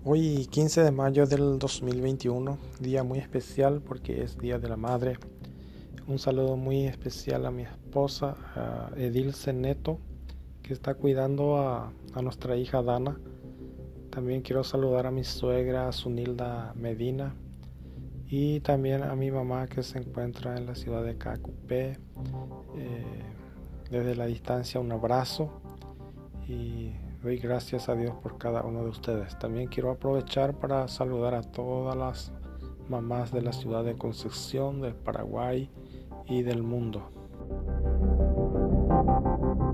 Hoy 15 de mayo del 2021, día muy especial porque es Día de la Madre. Un saludo muy especial a mi esposa, a Edilce Neto, que está cuidando a nuestra hija Dana. También quiero saludar a mi suegra Sunilda Medina y también a mi mamá que se encuentra en la ciudad de Cacupé. Eh, Desde la distancia un abrazo y doy gracias a Dios por cada uno de ustedes. También quiero aprovechar para saludar a todas las mamás de la ciudad de Concepción, del Paraguay y del mundo.